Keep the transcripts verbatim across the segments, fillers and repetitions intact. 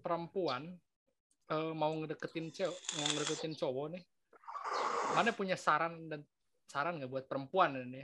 perempuan uh, mau ngedeketin cewek, mau ngedeketin cowok nih, mana punya saran dan saran nggak buat perempuan ini?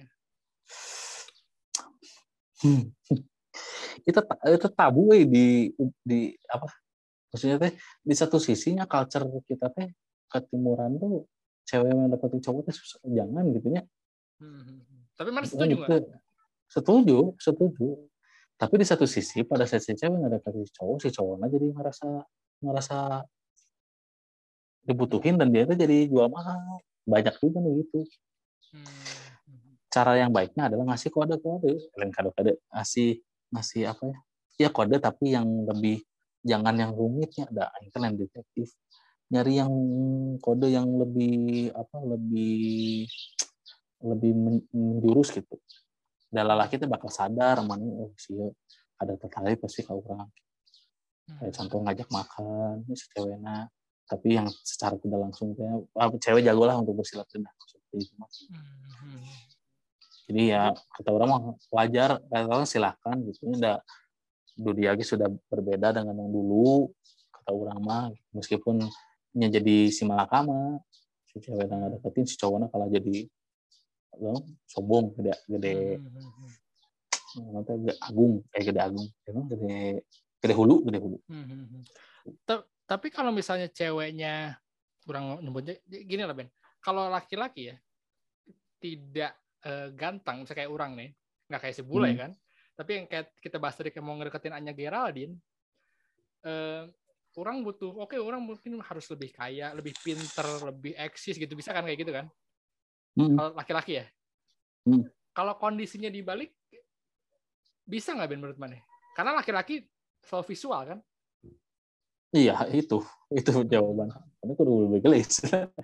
Hmm. itu itu tabu eh, di di apa? Maksudnya teh di satu sisinya culture kita teh ketimuran tuh cewek yang dapetin cowok teh susah, jangan gitunya. Hmm. Tapi mana setuju nggak? Setuju, setuju. Tapi di satu sisi pada saat si cewek nggak dapetin cowok, si cowoknya jadi ngerasa ngerasa dibutuhin dan dia tuh jadi jual mahal. Banyak juga nih gitu. Hmm. Cara yang baiknya adalah ngasih kode-kode, kalian kode-kode, ngasih ngasih apa ya? Ya kode tapi yang lebih jangan yang rumitnya, ada kalian detektif. Nyari yang kode yang lebih apa? Lebih lebih menjurus gitu. Dan lelaki itu bakal sadar mana oh sih ada tertarik pasti ke orang. Kayak contoh ngajak makan, ini si ceweknya. Tapi yang secara tidak langsung kayak cewek jago lah untuk bersilat lidah seperti itu mas. Jadi ya kata orang mah wajar, kata orang silahkan gitu. Ini udah dunia sudah berbeda dengan yang dulu kata orang mah, meskipun nya jadi si malakama, si cewek yang deketin si cowoknya kalau jadi lo sombong gede gede nanti gede agung kayak gede agung, gede gede hulu gede hulu. Tapi kalau misalnya ceweknya kurang nyebutnya gini lah Ben, kalau laki-laki ya tidak uh, ganteng, misalnya kayak orang nih, nggak kayak si bule hmm. kan, tapi yang kayak kita bahas tadi kayak mau ngedeketin Anya Geraldine, uh, orang butuh, oke okay, orang mungkin harus lebih kaya, lebih pinter, lebih eksis gitu, bisa kan kayak gitu kan? Hmm. Kalau laki-laki ya, hmm. kalau kondisinya dibalik, bisa nggak Ben menurut mana? Karena laki-laki selalu visual kan? Iya itu, itu jawaban. Karena kudu lebih gelis,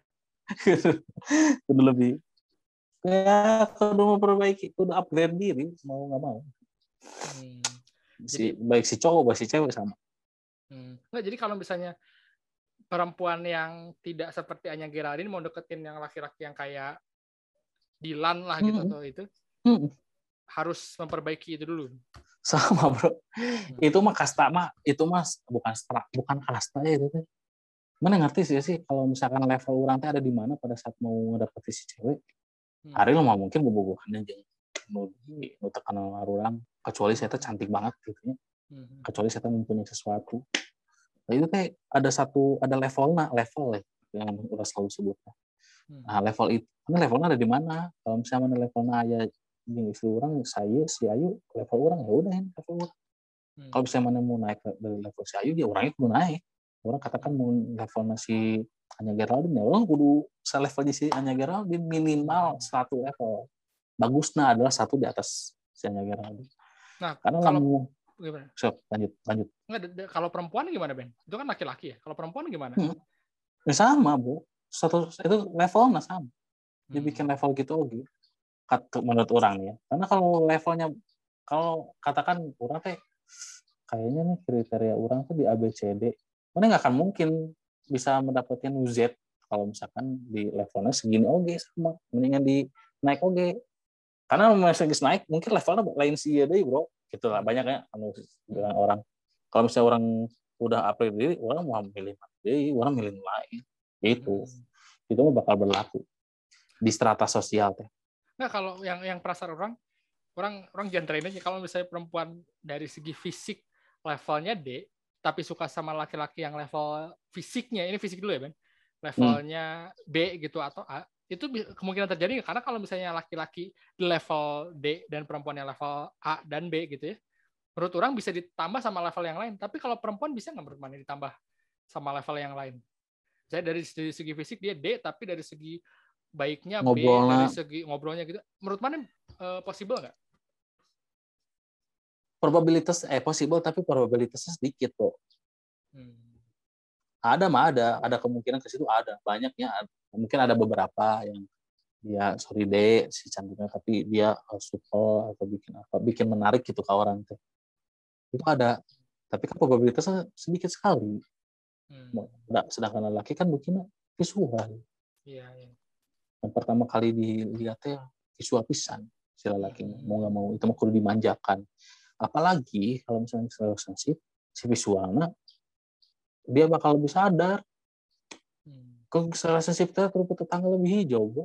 kudu lebih, ya kudu memperbaiki, kudu upgrade diri mau nggak mau. Hmm. Si, jadi baik si cowok baik si cewek sama. Hmm. Nggak, jadi kalau misalnya perempuan yang tidak seperti Anya Geraldine mau deketin yang laki-laki yang kayak Dilan lah gitu hmm. atau itu hmm. harus memperbaiki itu dulu. Sama bro, hmm. itu mah kasta mah itu mas bukan stra, bukan kasta ya itu teh. Mana ngerti sih sih kalau misalkan level orang teh ada di mana pada saat mau ngedapetin si cewek. Hmm. Hari lo mah mungkin bobogohannya jeung nu nu tekan orang, kecuali saya teh cantik banget gitu ya. Hmm. Kecuali saya teh mempunyai sesuatu. Nah, itu teh ada satu ada levelnya, level ya yang udah selalu sebutnya. Hmm. Nah, level itu, ini levelnya ada di mana? Kalau misalnya levelnya aya jeung istri orang, saya si Ayu level orang ya udah level orang. Hmm. Kalau misalnya mana mau naik dari level si Ayu, ya orangnya kudu naik. Orang katakan mau levelnya si Anya Geraldine, ya orang kudu selevel si Anya Geraldine minimal satu level. Bagusnya adalah satu di atas si Anya Geraldine. Nah, karena kalau lamu, gimana? So, lanjut, lanjut. Nggak, kalau perempuan gimana Ben? Itu kan laki-laki ya. Kalau perempuan gimana? Hmm. Ya sama bu, satu itu levelnya sama. Dibikin hmm. level gitu oke. Menurut orang ya. Karena kalau levelnya, kalau katakan orang teh kayaknya nih kriteria orang tuh di A B C D, mana nggak akan mungkin bisa mendapatkan Z kalau misalkan di levelnya segini oke sama, mendingan di naik oke. Karena misalnya naik mungkin levelnya lain sih ya deh bro, gitulah banyak ya anu bilang orang. Kalau misalnya orang udah upgrade diri, orang mau milih deh, orang milih lain, itu hmm. itu mah bakal berlaku di strata sosial teh. Nah kalau yang yang perasaan orang, orang orang jangan aja kalau misalnya perempuan dari segi fisik levelnya D, tapi suka sama laki-laki yang level fisiknya, ini fisik dulu ya Ben, levelnya hmm. B gitu atau A, itu kemungkinan terjadi karena kalau misalnya laki-laki di level D dan perempuan yang level A dan B gitu ya, menurut orang bisa ditambah sama level yang lain, tapi kalau perempuan bisa nggak menurut mana ditambah sama level yang lain? Saya dari segi fisik dia D, tapi dari segi baiknya ngobrolnya, B, dari segi ngobrolnya gitu, menurut mana uh, possible nggak? Probabilitas eh possible tapi probabilitasnya sedikit kok. Hmm. Ada mah ada, ada kemungkinan ke situ ada, banyaknya mungkin ada beberapa yang dia sorry deh si cantiknya tapi dia supel atau bikin apa, bikin menarik gitu ke orang tuh. Itu ada, tapi kan probabilitasnya sedikit sekali. Hmm. Sedangkan laki kan bikinnya visual. Iya, iya. Yang pertama kali dilihatnya visual pisan si laki hmm. mau nggak mau itu mah kudu dimanjakan. Apalagi kalau misalnya relationship si visualnya dia bakal lebih sadar. Kok relationship teh terus tetangga lebih hijau, bro.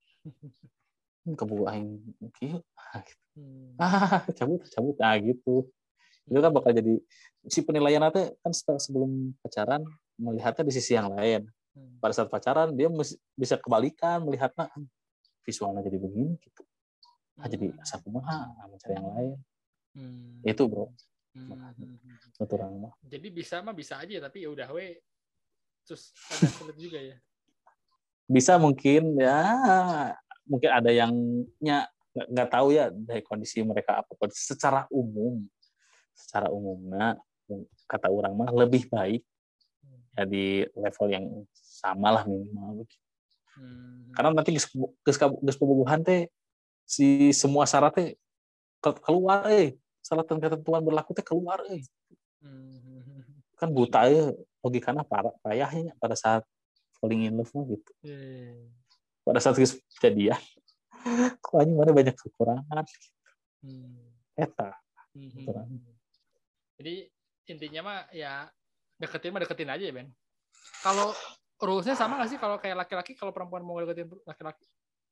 Kebu aing kieu. Ah, cabut, cabut. Ah, gitu. Itu kan bakal jadi si penilaian nanti kan sebelum pacaran melihatnya di sisi yang lain. Pada saat pacaran dia bisa kebalikan melihatnya visualnya jadi begini gitu. Ah, jadi asa kumaha mencari yang lain. Hmm. Itu, bro. Hmm. Orang mah. Jadi bisa mah bisa aja tapi ya udah we terus ada sulit juga ya. Bisa mungkin ya mungkin ada yang nya nggak tahu ya dari kondisi mereka apa. Secara umum, secara umumnya kata orang mah lebih baik ya di level yang sama lah minimal. Hmm. Karena nanti geus pebobohan teh si semua syaratnya keluar eh syarat dan ketentuan berlaku teh keluar eh. Hmm. Kan buta ya logikana parah payahnya pada saat falling in love mah gitu. Hmm. Pada saat kejadian kok anjing mana banyak kekurangan. Hmm. Eta. Hmm. Jadi intinya mah ya deketin mah deketin aja ya Ben. Kalau rules-nya sama nggak sih kalau kayak laki-laki kalau perempuan mau deketin laki-laki?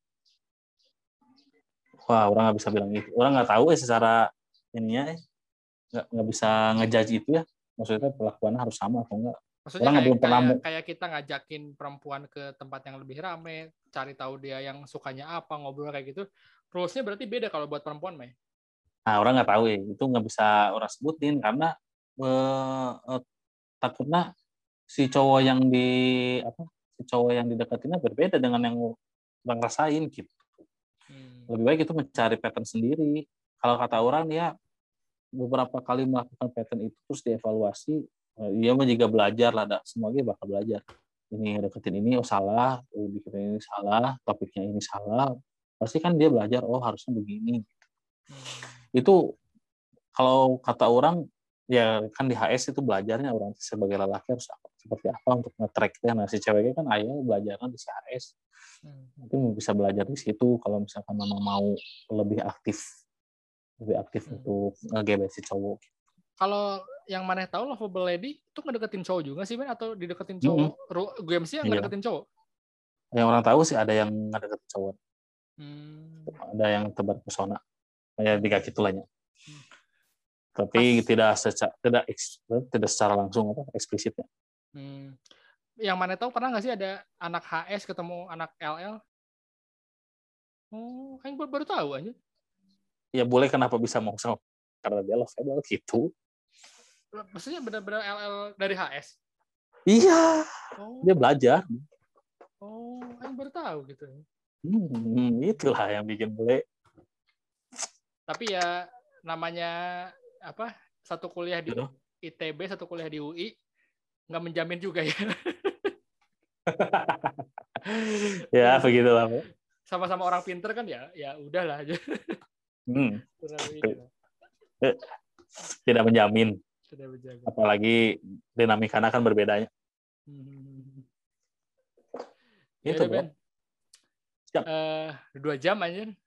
Wah, orang nggak bisa bilang itu. Orang nggak tahu ya secara ininya nggak nggak bisa ngejudge itu ya. Maksudnya perlakuannya harus sama atau enggak. Maksudnya orang kayak, belum pernah kayak, kayak kita ngajakin perempuan ke tempat yang lebih ramai, cari tahu dia yang sukanya apa, ngobrol kayak gitu. Rules-nya berarti beda kalau buat perempuan, Mei? Nah, orang nggak tahu ya. Itu nggak bisa orang sebutin karena eh, eh, takutnya si cowok yang di apa si cowok yang dideketinnya berbeda dengan yang orang rasain gitu. Hmm. Lebih baik itu mencari pattern sendiri. Kalau kata orang ya beberapa kali melakukan pattern itu terus dievaluasi, dia mah juga belajar lah, semuanya bakal belajar. Ini deketin ini oh salah, oh deketin ini salah, topiknya ini salah. Pasti kan dia belajar oh harusnya begini. Hmm. Itu kalau kata orang ya kan di H S itu belajarnya orang sebagai lelaki harus apa, seperti apa untuk nge-tracknya. Nah si ceweknya kan ayah belajarnya di H S. Hmm. Nanti bisa belajar di situ kalau misalkan memang mau lebih aktif lebih aktif hmm. untuk nge-gebet si cowok. Kalau yang maneh tahu Lovable Lady itu ngedeketin cowok juga sih Ben atau dideketin cowok? Mm-hmm. G M C yang ngedeketin iya. cowok? Yang orang tahu sih ada yang ngedeketin cowok. Hmm. Ada yang tebar pesona. Kayak tiga gitulahnya. Hmm. Tapi Pas. tidak secara tidak tidak secara langsung apa eksplisitnya. Hmm. Yang maneh tahu pernah nggak sih ada anak H S ketemu anak L L? Oh, kan baru tahu aja. Ya boleh kenapa bisa mau sama karena dia lovable gitu. Maksudnya benar-benar L L dari H S? Iya. Oh. Dia belajar. Oh, kan baru tahu gitu. Hmm, itulah yang bikin boleh. Tapi ya namanya apa? Satu kuliah di Aduh. I T B, satu kuliah di U I, nggak menjamin juga ya. Ya begitulah. Sama-sama orang pinter kan ya, ya udahlah aja. Hmm. Tidak menjamin. Tidak menjamin. Apalagi dinamikanya kan berbedanya. Hmm. Itu ya, bro. Uh, dua jam aja.